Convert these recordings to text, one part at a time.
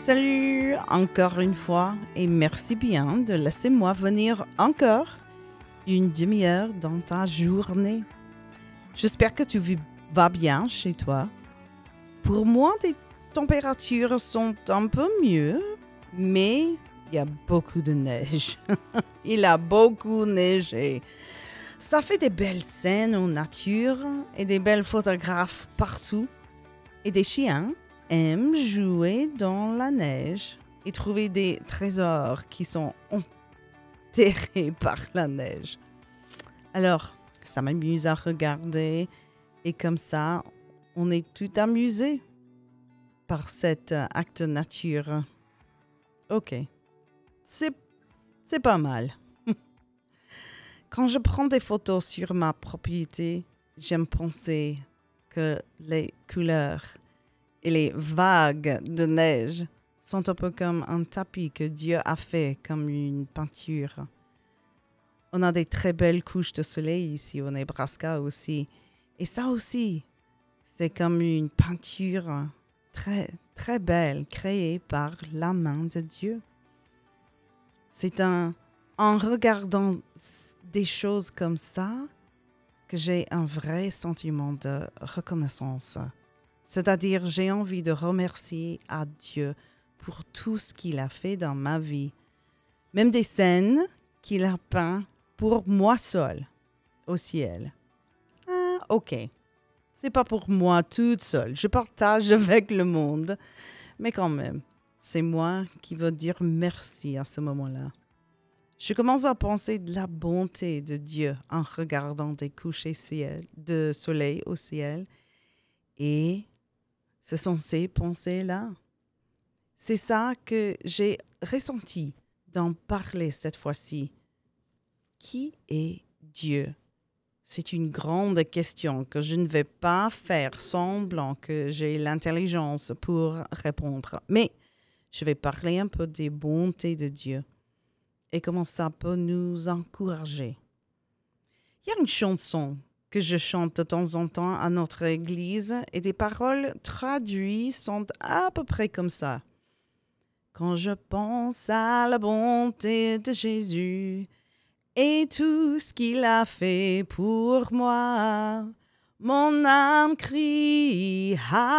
Salut encore une fois et merci bien de laisser moi venir encore une demi-heure dans ta journée. J'espère que vas bien chez toi. Pour moi, les températures sont un peu mieux, mais il y a beaucoup de neige. Il a beaucoup neigé. Ça fait des belles scènes en nature et des belles photographes partout. Et des chiens aiment jouer dans la neige et trouver des trésors qui sont enterrés par la neige. Alors, ça m'amuse à regarder et comme ça, on est tout amusé par cet acte nature. Ok, c'est pas mal. Quand je prends des photos sur ma propriété, j'aime penser que les couleurs et les vagues de neige sont un peu comme un tapis que Dieu a fait comme une peinture. On a des très belles couches de soleil ici au Nebraska aussi. Et ça aussi, c'est comme une peinture très, très belle créée par la main de Dieu. C'est en regardant des choses comme ça que j'ai un vrai sentiment de reconnaissance. C'est-à-dire, j'ai envie de remercier à Dieu pour tout ce qu'il a fait dans ma vie. Même des scènes qu'il a peintes pour moi seule au ciel. Ah, ok. C'est pas pour moi toute seule. Je partage avec le monde. Mais quand même, c'est moi qui veux dire merci à ce moment-là. Je commence à penser de la bonté de Dieu en regardant des couchers de soleil au ciel. Et ce sont ces pensées-là. C'est ça que j'ai ressenti d'en parler cette fois-ci. Qui est Dieu? C'est une grande question que je ne vais pas faire semblant que j'ai l'intelligence pour répondre. Mais je vais parler un peu des bontés de Dieu et comment ça peut nous encourager. Il y a une chanson que je chante de temps en temps à notre église et des paroles traduites sont à peu près comme ça. Quand je pense à la bonté de Jésus et tout ce qu'il a fait pour moi, mon âme crie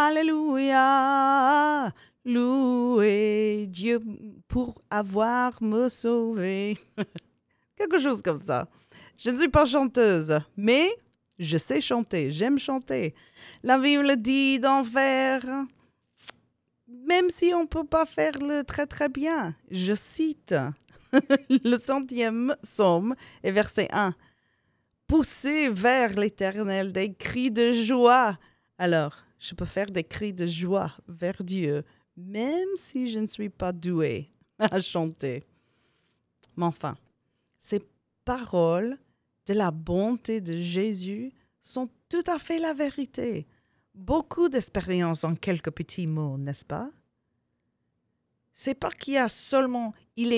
Alléluia, louez Dieu pour avoir me sauvé. Quelque chose comme ça. Je ne suis pas chanteuse, mais je sais chanter, j'aime chanter. La Bible dit d'en faire, même si on ne peut pas faire le très très bien. Je cite le 100e psaume et verset 1. Poussez vers l'Éternel des cris de joie. Alors, je peux faire des cris de joie vers Dieu, même si je ne suis pas douée à chanter. Mais enfin, ces paroles de la bonté de Jésus sont tout à fait la vérité. Beaucoup d'expériences en quelques petits mots, n'est-ce pas? C'est pas qu'il est seulement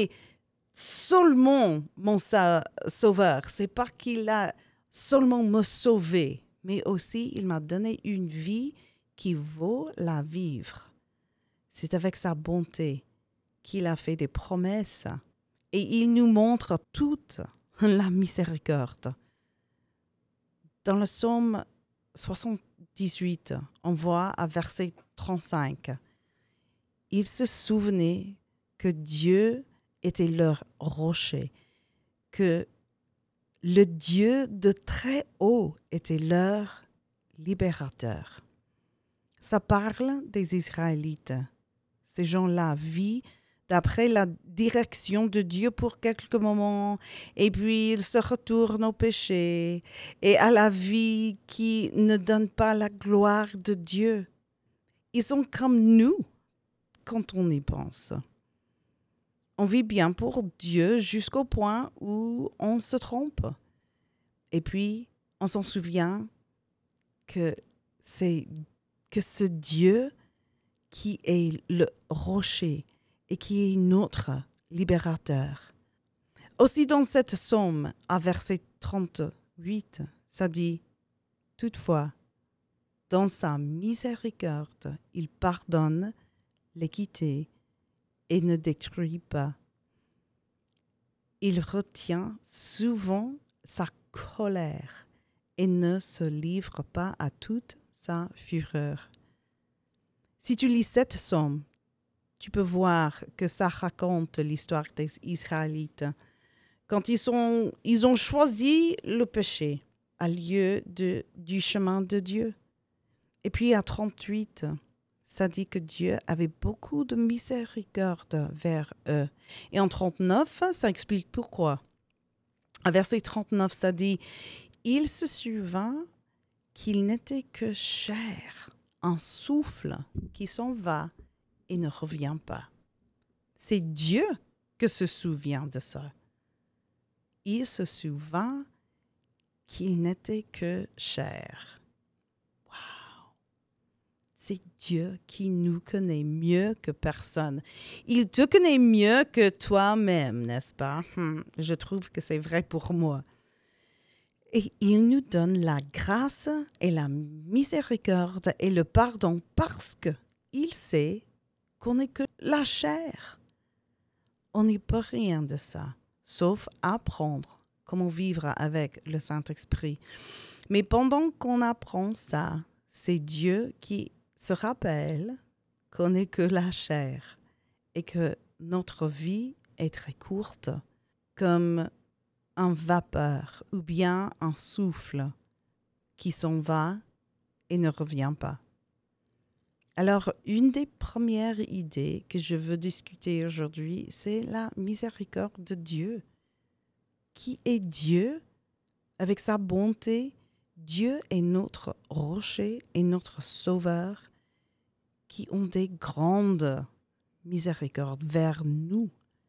mon sauveur. C'est pas qu'il a seulement me sauvé, mais aussi il m'a donné une vie qui vaut la vivre. C'est avec sa bonté qu'il a fait des promesses et il nous montre toute la miséricorde. Dans le psaume 78, on voit à verset 35, ils se souvenaient que Dieu était leur rocher, que le Dieu de très haut était leur libérateur. Ça parle des Israélites. Ces gens-là vivent d'après la direction de Dieu pour quelques moments, et puis ils se retournent au péché et à la vie qui ne donne pas la gloire de Dieu. Ils sont comme nous quand on y pense. On vit bien pour Dieu jusqu'au point où on se trompe. Et puis, on s'en souvient que c'est que ce Dieu qui est le rocher et qui est notre libérateur. Aussi dans cette psaume, à verset 38, ça dit « Toutefois, dans sa miséricorde, il pardonne l'équité et ne détruit pas. Il retient souvent sa colère et ne se livre pas à toute sa fureur. Si tu lis cette psaume, tu peux voir que ça raconte l'histoire des Israélites. Quand ils ont choisi le péché à lieu du chemin de Dieu. Et puis à 38, ça dit que Dieu avait beaucoup de miséricorde vers eux. Et en 39, ça explique pourquoi. À verset 39, ça dit « Il se souvint qu'il n'était que chair, un souffle qui s'en va et ne revient pas. » C'est Dieu qui se souvient de ça. Il se souvint qu'il n'était que chair. Wow! C'est Dieu qui nous connaît mieux que personne. Il te connaît mieux que toi-même, n'est-ce pas? Je trouve que c'est vrai pour moi. Et il nous donne la grâce et la miséricorde et le pardon parce qu'il sait qu'on n'est que la chair. On n'y peut rien de ça, sauf apprendre comment vivre avec le Saint-Esprit. Mais pendant qu'on apprend ça, c'est Dieu qui se rappelle qu'on n'est que la chair et que notre vie est très courte, comme un vapeur ou bien un souffle qui s'en va et ne revient pas. Alors, une des premières idées que je veux discuter aujourd'hui, c'est la miséricorde de Dieu. Qui est Dieu? Avec sa bonté, Dieu est notre rocher et notre sauveur qui ont des grandes miséricordes vers nous.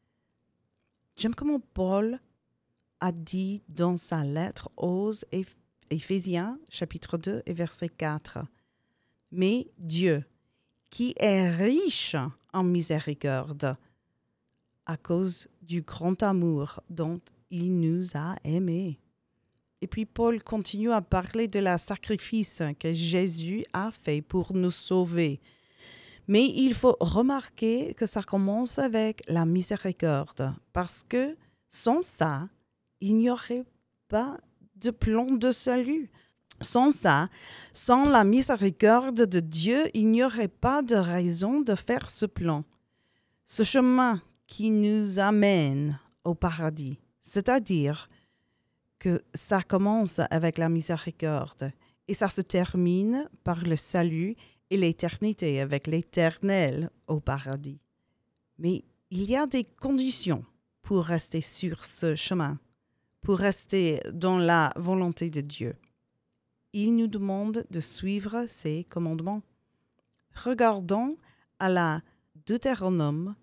J'aime comment Paul a dit dans sa lettre aux Éphésiens, chapitre 2 et verset 4. « Mais Dieu, qui est riche en miséricorde, à cause du grand amour dont il nous a aimés. » Et puis Paul continue à parler de la sacrifice que Jésus a fait pour nous sauver. Mais il faut remarquer que ça commence avec la miséricorde, parce que sans ça, il n'y aurait pas de plan de salut. Sans ça, sans la miséricorde de Dieu, il n'y aurait pas de raison de faire ce plan, ce chemin qui nous amène au paradis. C'est-à-dire que ça commence avec la miséricorde et ça se termine par le salut et l'éternité avec l'Éternel au paradis. Mais il y a des conditions pour rester sur ce chemin, pour rester dans la volonté de Dieu. Il nous demande de suivre ses commandements. Regardons à la Deutéronome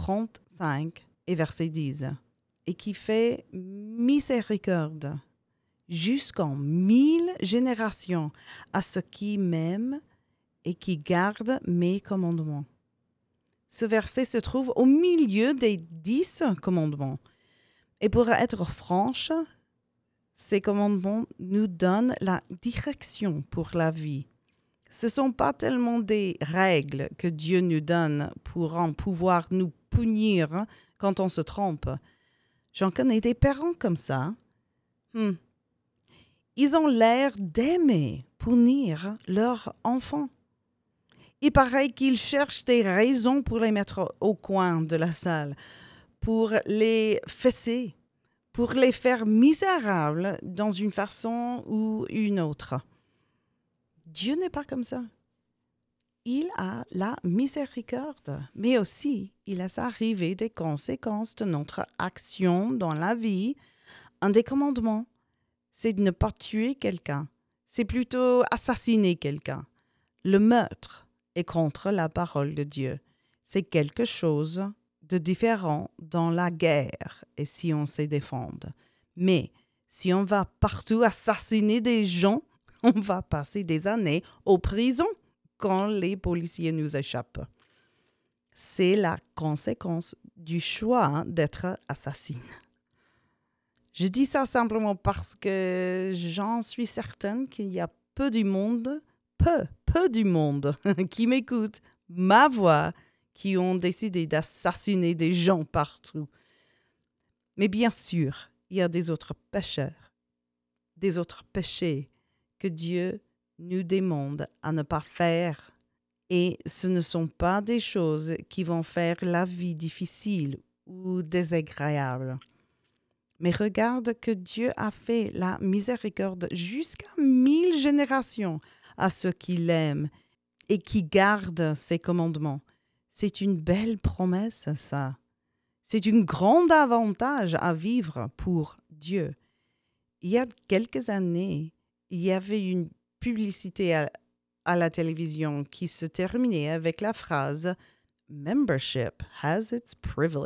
35 et verset 10, et qui fait miséricorde jusqu'en 1000 générations à ceux qui m'aiment et qui gardent mes commandements. Ce verset se trouve au milieu des 10 commandements. Et pour être franche, ces commandements nous donnent la direction pour la vie. Ce ne sont pas tellement des règles que Dieu nous donne pour en pouvoir nous punir quand on se trompe. J'en connais des parents comme ça. Ils ont l'air d'aimer punir leurs enfants. Il paraît qu'ils cherchent des raisons pour les mettre au coin de la salle, pour les fesser, pour les faire misérables dans une façon ou une autre. Dieu n'est pas comme ça. Il a la miséricorde, mais aussi il laisse arriver des conséquences de notre action dans la vie. Un des commandements, c'est de ne pas tuer quelqu'un. C'est plutôt assassiner quelqu'un. Le meurtre est contre la parole de Dieu. C'est quelque chose de différent dans la guerre et si on se défendre. Mais si on va partout assassiner des gens, on va passer des années aux prisons quand les policiers nous échappent. C'est la conséquence du choix d'être assassine. Je dis ça simplement parce que j'en suis certaine qu'il y a peu du monde qui m'écoute, ma voix, qui ont décidé d'assassiner des gens partout. Mais bien sûr, il y a des autres pécheurs, des autres péchés que Dieu nous demande à ne pas faire. Et ce ne sont pas des choses qui vont faire la vie difficile ou désagréable. Mais regarde que Dieu a fait la miséricorde jusqu'à 1000 générations à ceux qui l'aiment et qui gardent ses commandements. C'est une belle promesse, ça. C'est un grand avantage à vivre pour Dieu. Il y a quelques années, il y avait une publicité à la télévision qui se terminait avec la phrase « Membership has its privileges »,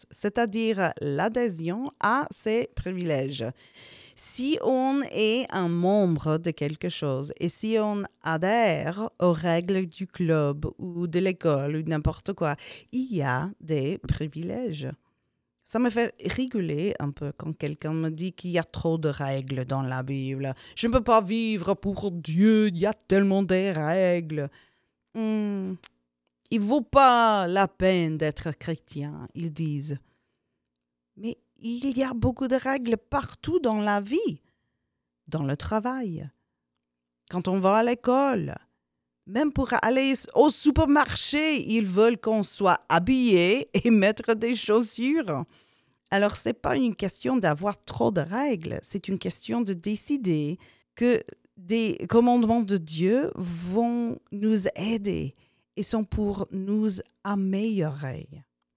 c'est-à-dire l'adhésion à ses privilèges. Si on est un membre de quelque chose et si on adhère aux règles du club ou de l'école ou n'importe quoi, il y a des privilèges. Ça me fait rigoler un peu quand quelqu'un me dit qu'il y a trop de règles dans la Bible. Je ne peux pas vivre pour Dieu, il y a tellement de règles. Il ne vaut pas la peine d'être chrétien, ils disent. Mais il y a beaucoup de règles partout dans la vie, dans le travail, quand on va à l'école. Même pour aller au supermarché, ils veulent qu'on soit habillé et mettre des chaussures. Alors, ce n'est pas une question d'avoir trop de règles, c'est une question de décider que des commandements de Dieu vont nous aider et sont pour nous améliorer.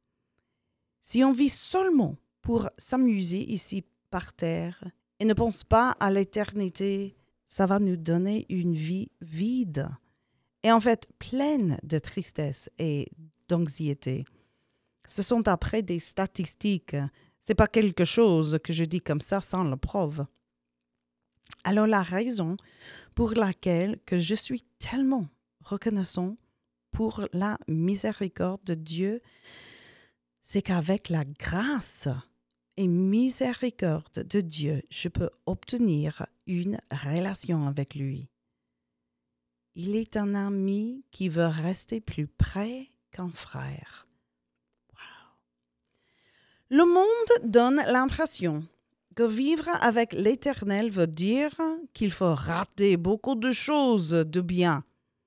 Si on vit seulement pour s'amuser ici par terre et ne pense pas à l'éternité, ça va nous donner une vie vide. Et en fait, pleine de tristesse et d'anxiété. Ce sont après des statistiques. Ce n'est pas quelque chose que je dis comme ça sans la preuve. Alors la raison pour laquelle que je suis tellement reconnaissant pour la miséricorde de Dieu, c'est qu'avec la grâce et miséricorde de Dieu, je peux obtenir une relation avec lui. Il est un ami qui veut rester plus près qu'un frère. Wow. Le monde donne l'impression que vivre avec l'Éternel veut dire qu'il faut rater beaucoup de choses de bien.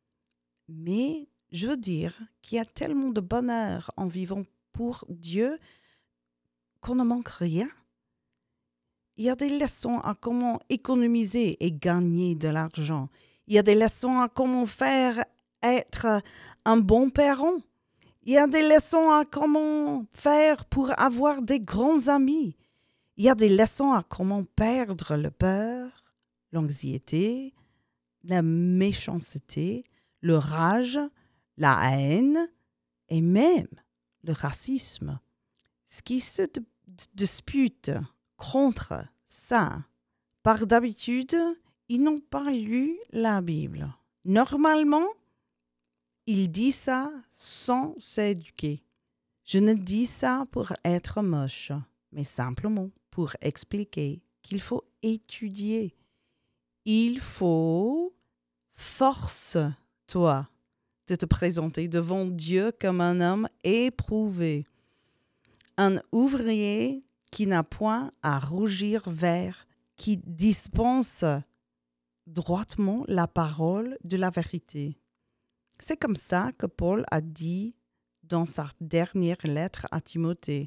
Mais je veux dire qu'il y a tellement de bonheur en vivant pour Dieu qu'on ne manque rien. Il y a des leçons à comment économiser et gagner de l'argent. Il y a des leçons à comment faire être un bon parent. Il y a des leçons à comment faire pour avoir des grands amis. Il y a des leçons à comment perdre le peur, l'anxiété, la méchanceté, le rage, la haine et même le racisme. Ce qui se dispute contre ça, par d'habitude, ils n'ont pas lu la Bible. Normalement, ils disent ça sans s'éduquer. Je ne dis ça pour être moche, mais simplement pour expliquer qu'il faut étudier. Il faut force-toi de te présenter devant Dieu comme un homme éprouvé. Un ouvrier qui n'a point à rougir vert, qui dispense droitement la parole de la vérité. C'est comme ça que Paul a dit dans sa dernière lettre à Timothée.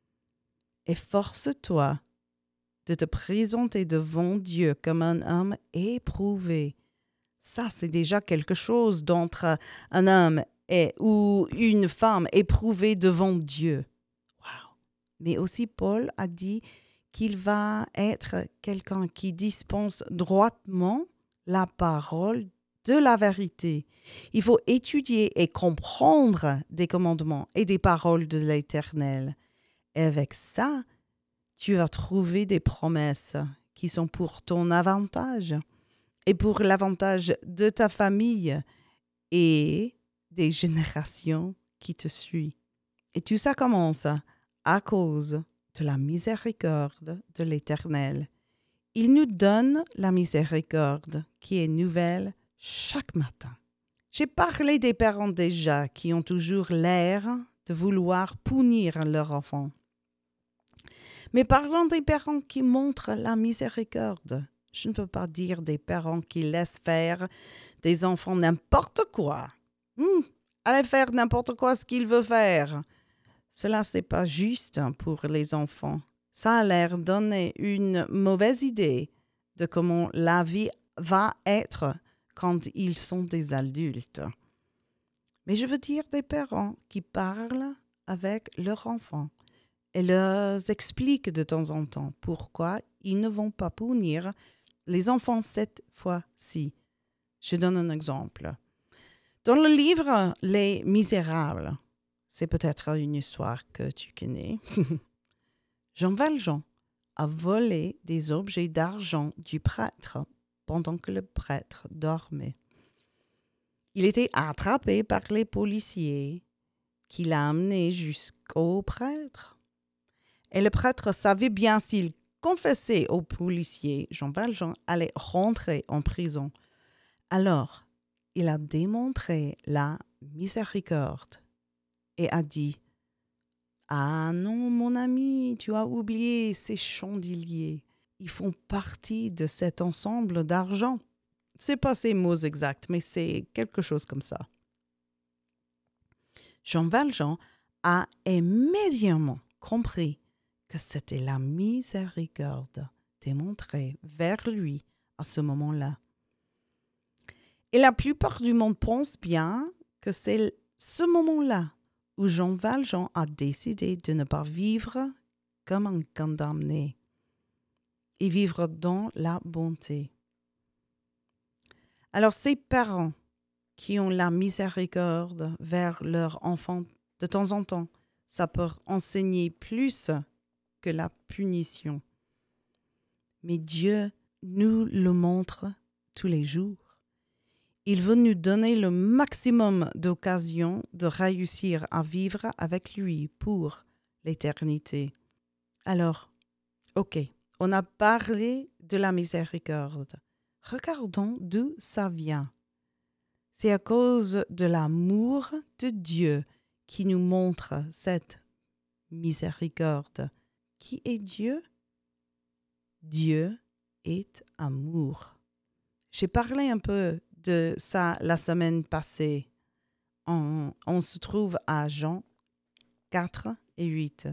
Efforce-toi de te présenter devant Dieu comme un homme éprouvé. Ça, c'est déjà quelque chose d'entre un homme ou une femme éprouvée devant Dieu. Wow. Mais aussi Paul a dit qu'il va être quelqu'un qui dispense droitement la parole de la vérité. Il faut étudier et comprendre des commandements et des paroles de l'Éternel. Et avec ça, tu vas trouver des promesses qui sont pour ton avantage et pour l'avantage de ta famille et des générations qui te suivent. Et tout ça commence à cause de la miséricorde de l'Éternel. Il nous donne la miséricorde qui est nouvelle chaque matin. J'ai parlé des parents déjà qui ont toujours l'air de vouloir punir leur enfant. Mais parlons des parents qui montrent la miséricorde. Je ne peux pas dire des parents qui laissent faire des enfants n'importe quoi. Allez faire n'importe quoi ce qu'ils veulent faire. Cela, c'est pas juste pour les enfants. Ça a l'air donner une mauvaise idée de comment la vie va être quand ils sont des adultes. Mais je veux dire des parents qui parlent avec leurs enfants et leur expliquent de temps en temps pourquoi ils ne vont pas punir les enfants cette fois-ci. Je donne un exemple. Dans le livre Les Misérables, c'est peut-être une histoire que tu connais, Jean Valjean a volé des objets d'argent du prêtre pendant que le prêtre dormait. Il était attrapé par les policiers qui l'ont amené jusqu'au prêtre. Et le prêtre savait bien s'il confessait aux policiers, Jean Valjean allait rentrer en prison. Alors, il a démontré la miséricorde et a dit « Ah non, mon ami, tu as oublié ces chandeliers. Ils font partie de cet ensemble d'argent. » C'est pas ces mots exacts, mais c'est quelque chose comme ça. Jean Valjean a immédiatement compris que c'était la miséricorde démontrée vers lui à ce moment-là. Et la plupart du monde pense bien que c'est ce moment-là où Jean Valjean a décidé de ne pas vivre comme un condamné et vivre dans la bonté. Alors ces parents qui ont la miséricorde vers leurs enfants de temps en temps, ça peut enseigner plus que la punition. Mais Dieu nous le montre tous les jours. Il veut nous donner le maximum d'occasions de réussir à vivre avec lui pour l'éternité. Alors, ok, on a parlé de la miséricorde. Regardons d'où ça vient. C'est à cause de l'amour de Dieu qui nous montre cette miséricorde. Qui est Dieu? Dieu est amour. J'ai parlé un peu de ça la semaine passée. On se trouve à Jean 4 et 8.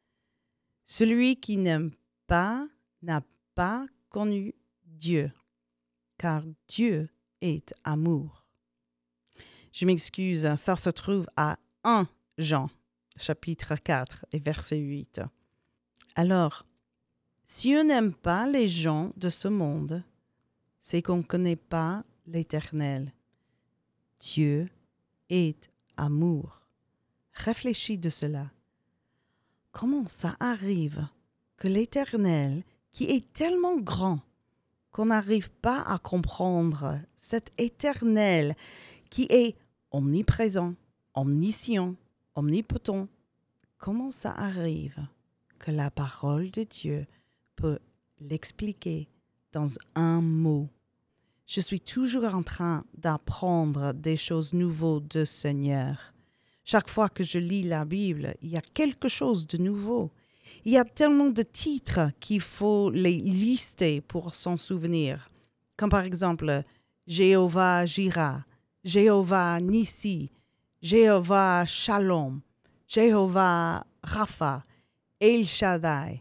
Celui qui n'aime pas n'a pas connu Dieu, car Dieu est amour. Je m'excuse, ça se trouve à 1 Jean, chapitre 4 et verset 8. Alors, si on n'aime pas les gens de ce monde, c'est qu'on ne connaît pas l'Éternel. Dieu est amour. Réfléchis de cela. Comment ça arrive que l'Éternel, qui est tellement grand qu'on n'arrive pas à comprendre cet Éternel qui est omniprésent, omniscient, omnipotent, comment ça arrive que la parole de Dieu peut l'expliquer dans un mot? Je suis toujours en train d'apprendre des choses nouvelles de Seigneur. Chaque fois que je lis la Bible, il y a quelque chose de nouveau. Il y a tellement de titres qu'il faut les lister pour s'en souvenir. Comme par exemple, Jéhovah Jireh, Jéhovah Nissi, Jéhovah Shalom, Jéhovah Rapha, El Shaddai,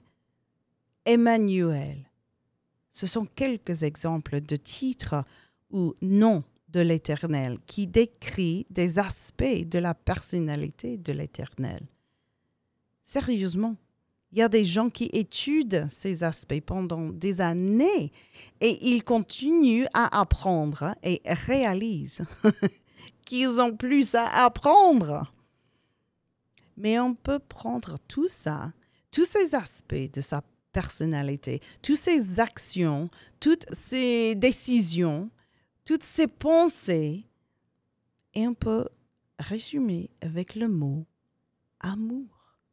Emmanuel. Ce sont quelques exemples de titres ou noms de l'Éternel qui décrit des aspects de la personnalité de l'Éternel. Sérieusement, il y a des gens qui étudient ces aspects pendant des années et ils continuent à apprendre et réalisent qu'ils ont plus à apprendre. Mais on peut prendre tout ça, tous ces aspects de sa personnalité, toutes ces actions, toutes ces décisions, toutes ces pensées, et on peut résumer avec le mot amour.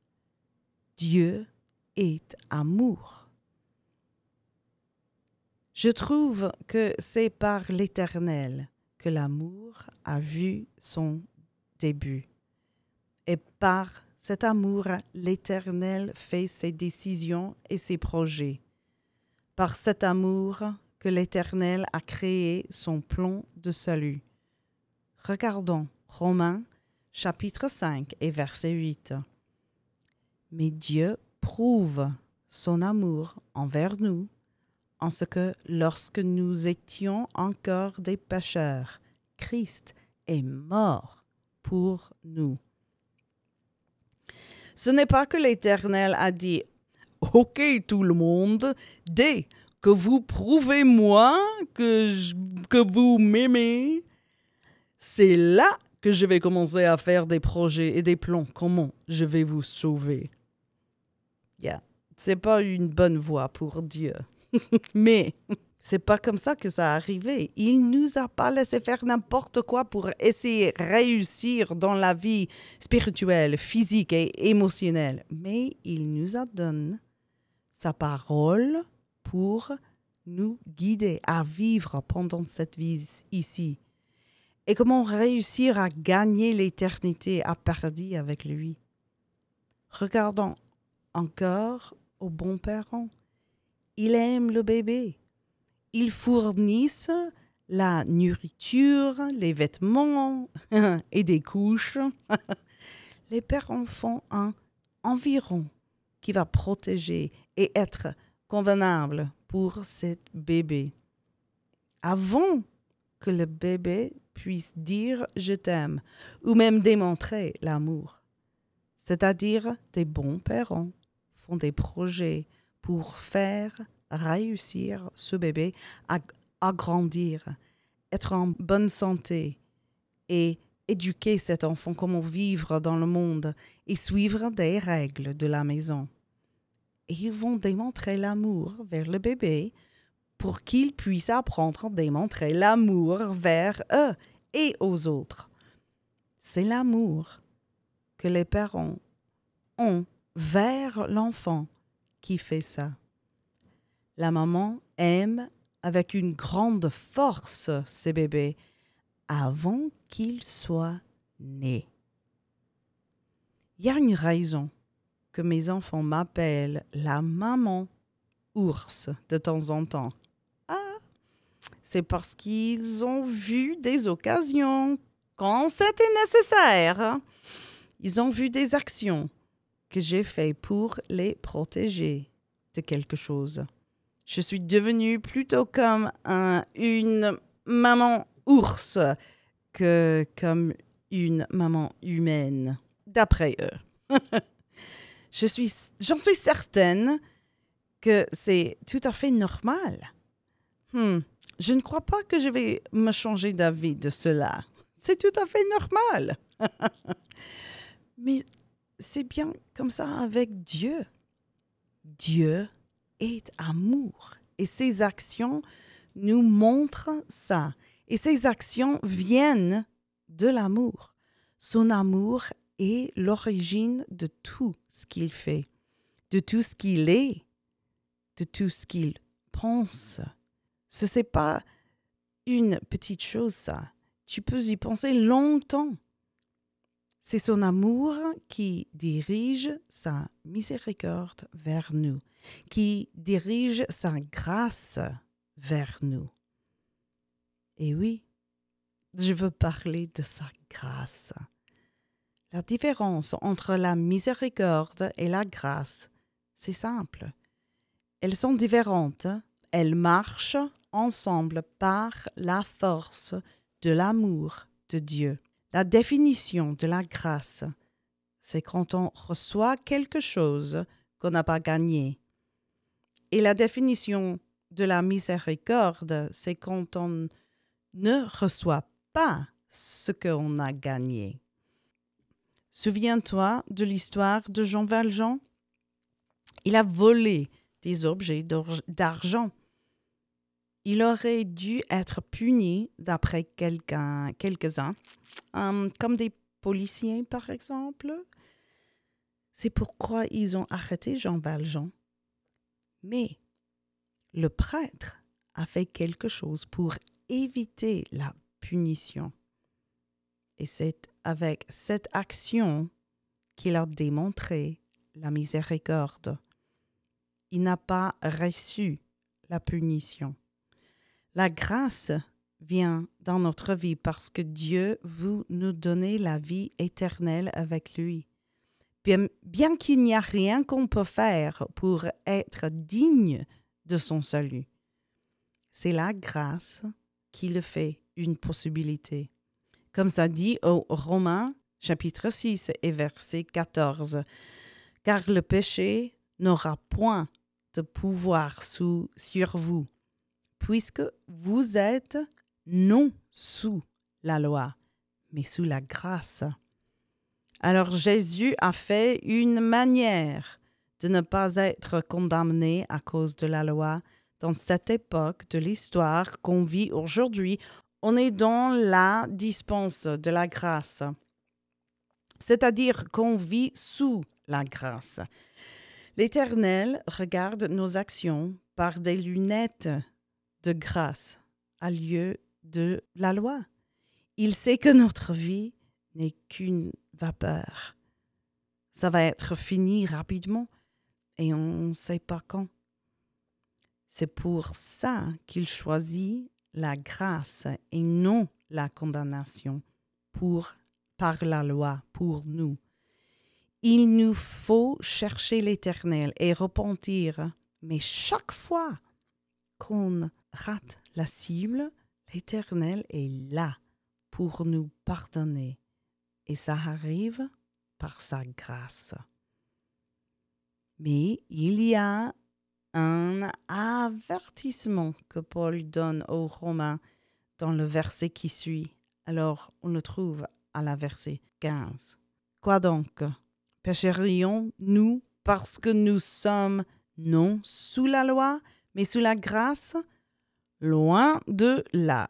Dieu est amour. Je trouve que c'est par l'Éternel que l'amour a vu son début. Et par cet amour, l'Éternel fait ses décisions et ses projets. Par cet amour que l'Éternel a créé son plan de salut. Regardons Romains chapitre 5 et verset 8. Mais Dieu prouve son amour envers nous en ce que lorsque nous étions encore des pécheurs, Christ est mort pour nous. Ce n'est pas que l'Éternel a dit « Ok tout le monde, dès que vous prouvez-moi que vous m'aimez, c'est là que je vais commencer à faire des projets et des plans. Comment je vais vous sauver. » C'est pas une bonne voie pour Dieu. Mais c'est pas comme ça que ça a arrivé. Il nous a pas laissé faire n'importe quoi pour essayer de réussir dans la vie spirituelle, physique et émotionnelle. Mais il nous a donné sa parole pour nous guider à vivre pendant cette vie ici. Et comment réussir à gagner l'éternité à paradis avec lui. Regardons encore au bon parent. Il aime le bébé. Ils fournissent la nourriture, les vêtements et des couches. Les parents font un environ qui va protéger et être convenable pour ce bébé. Avant que le bébé puisse dire « je t'aime » ou même démontrer l'amour. C'est-à-dire des bons parents font des projets pour faire réussir ce bébé à grandir, être en bonne santé et éduquer cet enfant comment vivre dans le monde et suivre des règles de la maison. Et ils vont démontrer l'amour vers le bébé pour qu'il puisse apprendre à démontrer l'amour vers eux et aux autres. C'est l'amour que les parents ont vers l'enfant qui fait ça. La maman aime avec une grande force ses bébés avant qu'ils soient nés. Il y a une raison que mes enfants m'appellent la maman ours de temps en temps. C'est parce qu'ils ont vu des occasions quand c'était nécessaire. Ils ont vu des actions que j'ai faites pour les protéger de quelque chose. Je suis devenue plutôt comme une maman ours que comme une maman humaine, d'après eux. J'en suis certaine que c'est tout à fait normal. Je ne crois pas que je vais me changer d'avis de cela. C'est tout à fait normal. Mais c'est bien comme ça avec Dieu. Dieu est amour. Et ses actions nous montrent ça. Et ses actions viennent de l'amour. Son amour est l'origine de tout ce qu'il fait, de tout ce qu'il est, de tout ce qu'il pense. Ce n'est pas une petite chose, ça. Tu peux y penser longtemps. C'est son amour qui dirige sa miséricorde vers nous, qui dirige sa grâce vers nous. Et oui, je veux parler de sa grâce. La différence entre la miséricorde et la grâce, c'est simple. Elles sont différentes. Elles marchent ensemble par la force de l'amour de Dieu. La définition de la grâce, c'est quand on reçoit quelque chose qu'on n'a pas gagné. Et la définition de la miséricorde, c'est quand on ne reçoit pas ce qu'on a gagné. Souviens-toi de l'histoire de Jean Valjean. Il a volé des objets d'argent. Il aurait dû être puni d'après quelques-uns, comme des policiers par exemple. C'est pourquoi ils ont arrêté Jean Valjean. Mais le prêtre a fait quelque chose pour éviter la punition. Et c'est avec cette action qu'il a démontré la miséricorde. Il n'a pas reçu la punition. La grâce vient dans notre vie parce que Dieu veut nous donner la vie éternelle avec lui. Bien qu'il n'y a rien qu'on peut faire pour être digne de son salut, c'est la grâce qui le fait une possibilité. Comme ça dit au Romains, chapitre 6 et verset 14. « Car le péché n'aura point de pouvoir sur vous, puisque vous êtes non sous la loi, mais sous la grâce. » Alors Jésus a fait une manière de ne pas être condamné à cause de la loi. Dans cette époque de l'histoire qu'on vit aujourd'hui, on est dans la dispense de la grâce, c'est-à-dire qu'on vit sous la grâce. L'Éternel regarde nos actions par des lunettes de grâce au lieu de la loi. Il sait que notre vie n'est qu'une vapeur. Ça va être fini rapidement et on ne sait pas quand. C'est pour ça qu'il choisit la grâce et non la condamnation par la loi pour nous. Il nous faut chercher l'Éternel et repentir, mais chaque fois qu'on rate la cible, l'Éternel est là pour nous pardonner et ça arrive par sa grâce. Mais il y a un avertissement que Paul donne aux Romains dans le verset qui suit. Alors, on le trouve à la verset 15. Quoi donc? Pécherions-nous parce que nous sommes non sous la loi, mais sous la grâce? Loin de là.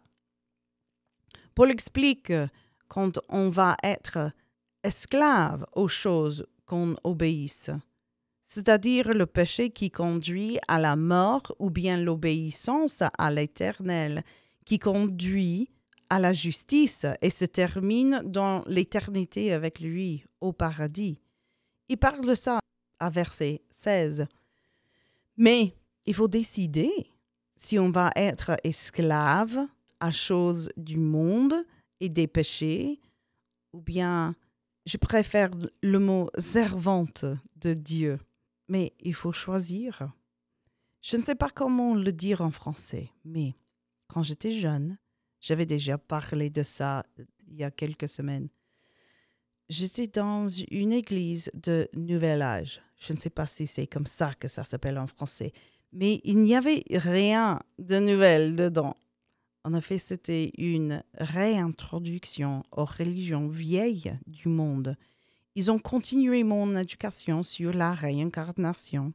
Paul explique quand on va être esclave aux choses qu'on obéisse, c'est-à-dire le péché qui conduit à la mort ou bien l'obéissance à l'Éternel qui conduit à la justice et se termine dans l'éternité avec lui au paradis. Il parle de ça à verset 16. Mais il faut décider si on va être esclave à choses du monde et des péchés, ou bien je préfère le mot servante de Dieu. Mais il faut choisir. Je ne sais pas comment le dire en français, mais quand j'étais jeune, j'avais déjà parlé de ça il y a quelques semaines. J'étais dans une église de Nouvel Âge. Je ne sais pas si c'est comme ça que ça s'appelle en français, mais il n'y avait rien de nouvel dedans. En effet, c'était une réintroduction aux religions vieilles du monde. Ils ont continué mon éducation sur la réincarnation.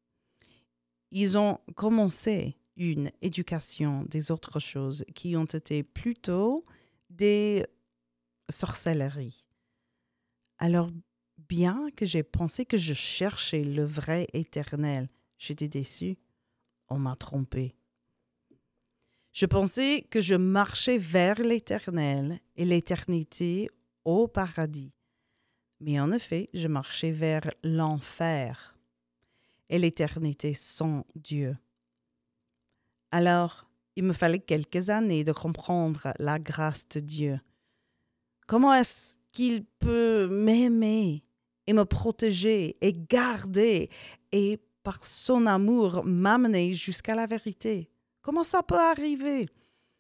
Ils ont commencé une éducation des autres choses qui ont été plutôt des sorcelleries. Alors, bien que j'ai pensé que je cherchais le vrai éternel, j'étais déçue. On m'a trompée. Je pensais que je marchais vers l'éternel et l'éternité au paradis. Mais en effet, je marchais vers l'enfer et l'éternité sans Dieu. Alors, il me fallait quelques années de comprendre la grâce de Dieu. Comment est-ce qu'il peut m'aimer et me protéger et garder et par son amour m'amener jusqu'à la vérité? Comment ça peut arriver?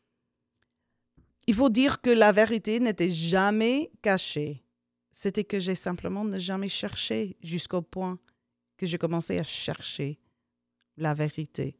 Il faut dire que la vérité n'était jamais cachée. C'était que j'ai simplement ne jamais cherché jusqu'au point que j'ai commencé à chercher la vérité.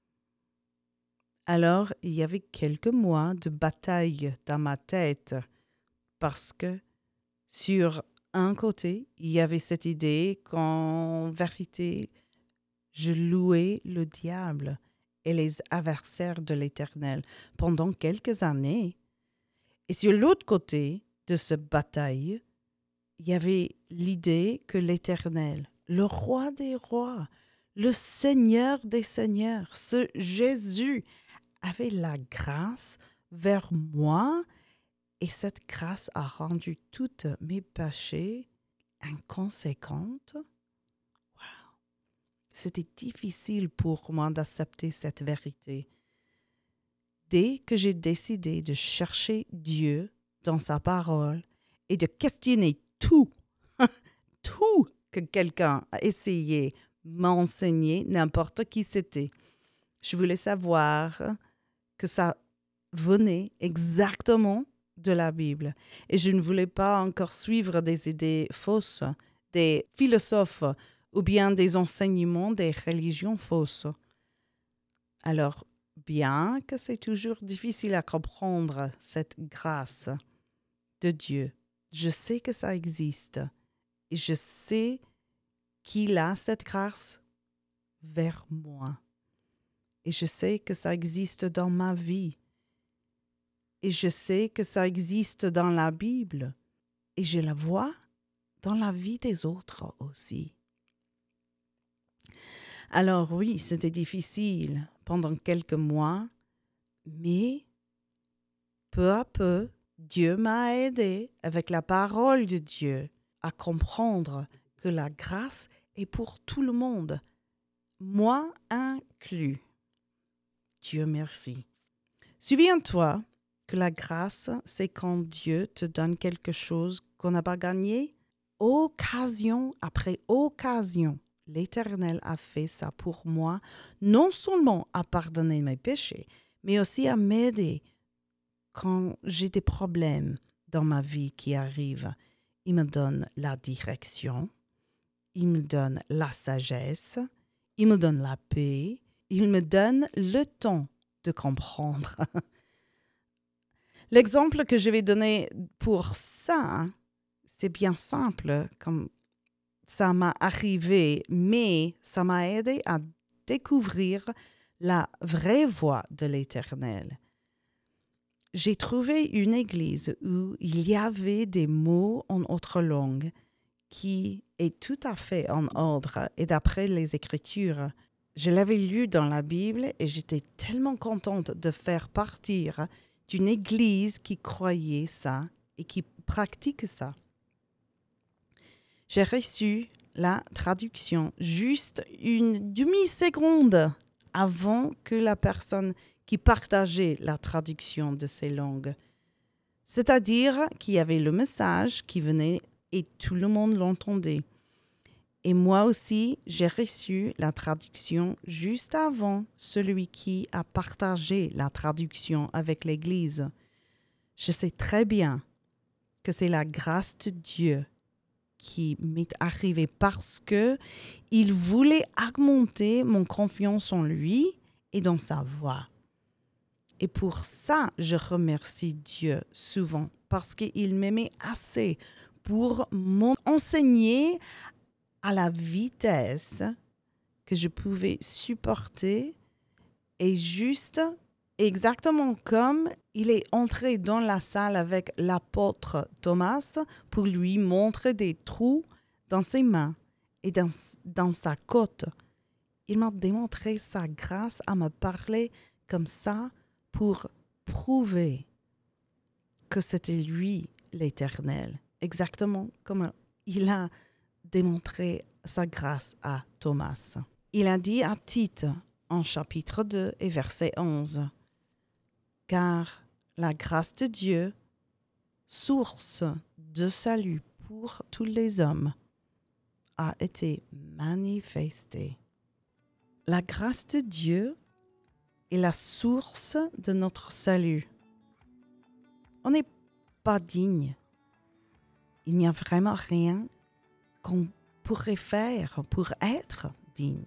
Alors, il y avait quelques mois de bataille dans ma tête parce que sur un côté, il y avait cette idée qu'en vérité, je louais le diable et les adversaires de l'Éternel pendant quelques années. Et sur l'autre côté de cette bataille, il y avait l'idée que l'Éternel, le roi des rois, le Seigneur des seigneurs, ce Jésus, avait la grâce vers moi et cette grâce a rendu toutes mes péchés inconséquentes. Wow. C'était difficile pour moi d'accepter cette vérité. Dès que j'ai décidé de chercher Dieu dans sa parole et de questionner tout, tout que quelqu'un a essayé m'enseigner, n'importe qui c'était, je voulais savoir que ça venait exactement de la Bible. Et je ne voulais pas encore suivre des idées fausses, des philosophes ou bien des enseignements des religions fausses. Alors, bien que c'est toujours difficile à comprendre cette grâce de Dieu, je sais que ça existe et je sais qu'il a cette grâce vers moi. Et je sais que ça existe dans ma vie. Et je sais que ça existe dans la Bible. Et je la vois dans la vie des autres aussi. Alors oui, c'était difficile pendant quelques mois, mais peu à peu, Dieu m'a aidé avec la parole de Dieu à comprendre que la grâce est pour tout le monde, moi inclus. Dieu merci. Souviens-toi que la grâce, c'est quand Dieu te donne quelque chose qu'on n'a pas gagné. Occasion après occasion, l'Éternel a fait ça pour moi, non seulement à pardonner mes péchés, mais aussi à m'aider quand j'ai des problèmes dans ma vie qui arrivent. Il me donne la direction, il me donne la sagesse, il me donne la paix, il me donne le temps de comprendre. L'exemple que je vais donner pour ça, c'est bien simple, comme ça m'a arrivé, mais ça m'a aidé à découvrir la vraie voie de l'Éternel. J'ai trouvé une église où il y avait des mots en autre langue qui est tout à fait en ordre et d'après les Écritures. Je l'avais lu dans la Bible et j'étais tellement contente de faire partir d'une église qui croyait ça et qui pratique ça. J'ai reçu la traduction juste une demi-seconde avant que la personne qui partageait la traduction de ces langues. C'est-à-dire qu'il y avait le message qui venait et tout le monde l'entendait. Et moi aussi, j'ai reçu la traduction juste avant celui qui a partagé la traduction avec l'Église. Je sais très bien que c'est la grâce de Dieu qui m'est arrivée parce que il voulait augmenter mon confiance en lui et dans sa voix. Et pour ça, je remercie Dieu souvent parce qu'il m'aimait assez pour m'enseigner à la vitesse que je pouvais supporter et juste exactement comme il est entré dans la salle avec l'apôtre Thomas pour lui montrer des trous dans ses mains et dans sa côte. Il m'a démontré sa grâce à me parler comme ça pour prouver que c'était lui l'Éternel, exactement comme il a démontré sa grâce à Thomas. Il a dit à Tite en chapitre 2 et verset 11, « Car la grâce de Dieu, source de salut pour tous les hommes, a été manifestée. » La grâce de Dieu est la source de notre salut. On n'est pas digne. Il n'y a vraiment rien qu'on pourrait faire pour être digne.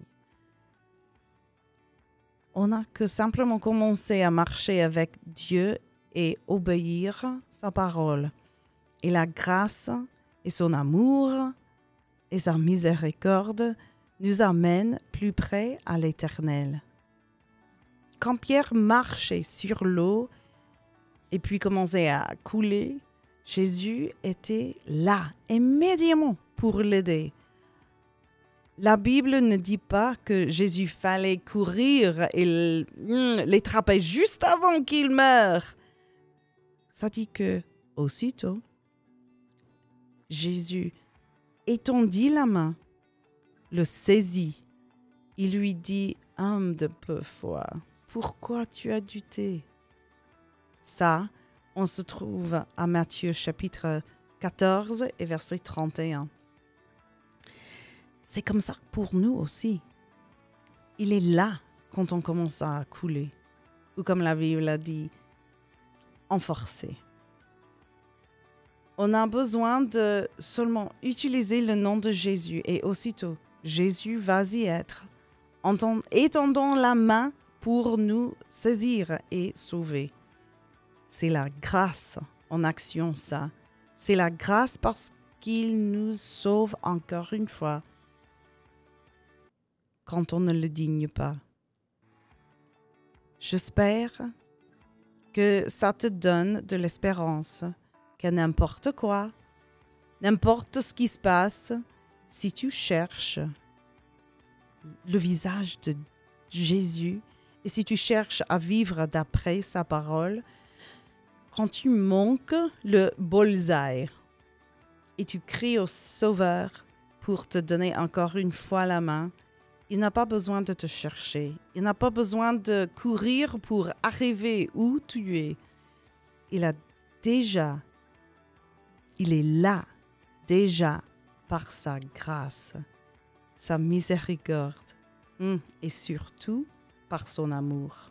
On n'a que simplement commencé à marcher avec Dieu et obéir sa parole. Et la grâce et son amour et sa miséricorde nous amènent plus près à l'Éternel. Quand Pierre marchait sur l'eau et puis commençait à couler, Jésus était là, immédiatement, pour l'aider. La Bible ne dit pas que Jésus fallait courir et l'attraper juste avant qu'il meure. ça dit que, aussitôt, Jésus étendit la main, le saisit. Il lui dit, « Homme de peu foi, pourquoi tu as douté ?» Ça, on se trouve à Matthieu chapitre 14 et verset 31. C'est comme ça pour nous aussi. Il est là quand on commence à couler. Ou comme la Bible a dit, enforcer. On a besoin de seulement utiliser le nom de Jésus et aussitôt, Jésus va y être, étendant la main pour nous saisir et sauver. C'est la grâce en action, ça. C'est la grâce parce qu'il nous sauve encore une fois quand on ne le digne pas. J'espère que ça te donne de l'espérance, que n'importe quoi, n'importe ce qui se passe, si tu cherches le visage de Jésus et si tu cherches à vivre d'après sa parole, quand tu manques le bullseye et tu cries au Sauveur pour te donner encore une fois la main, il n'a pas besoin de te chercher. Il n'a pas besoin de courir pour arriver où tu es. Il est là, déjà, par sa grâce, sa miséricorde et surtout par son amour.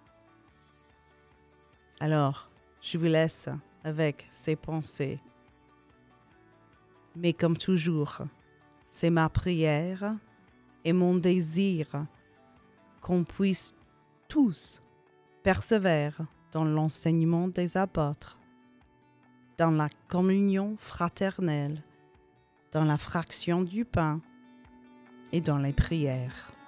Alors, je vous laisse avec ces pensées. Mais comme toujours, c'est ma prière et mon désir qu'on puisse tous persévérer dans l'enseignement des apôtres, dans la communion fraternelle, dans la fraction du pain et dans les prières.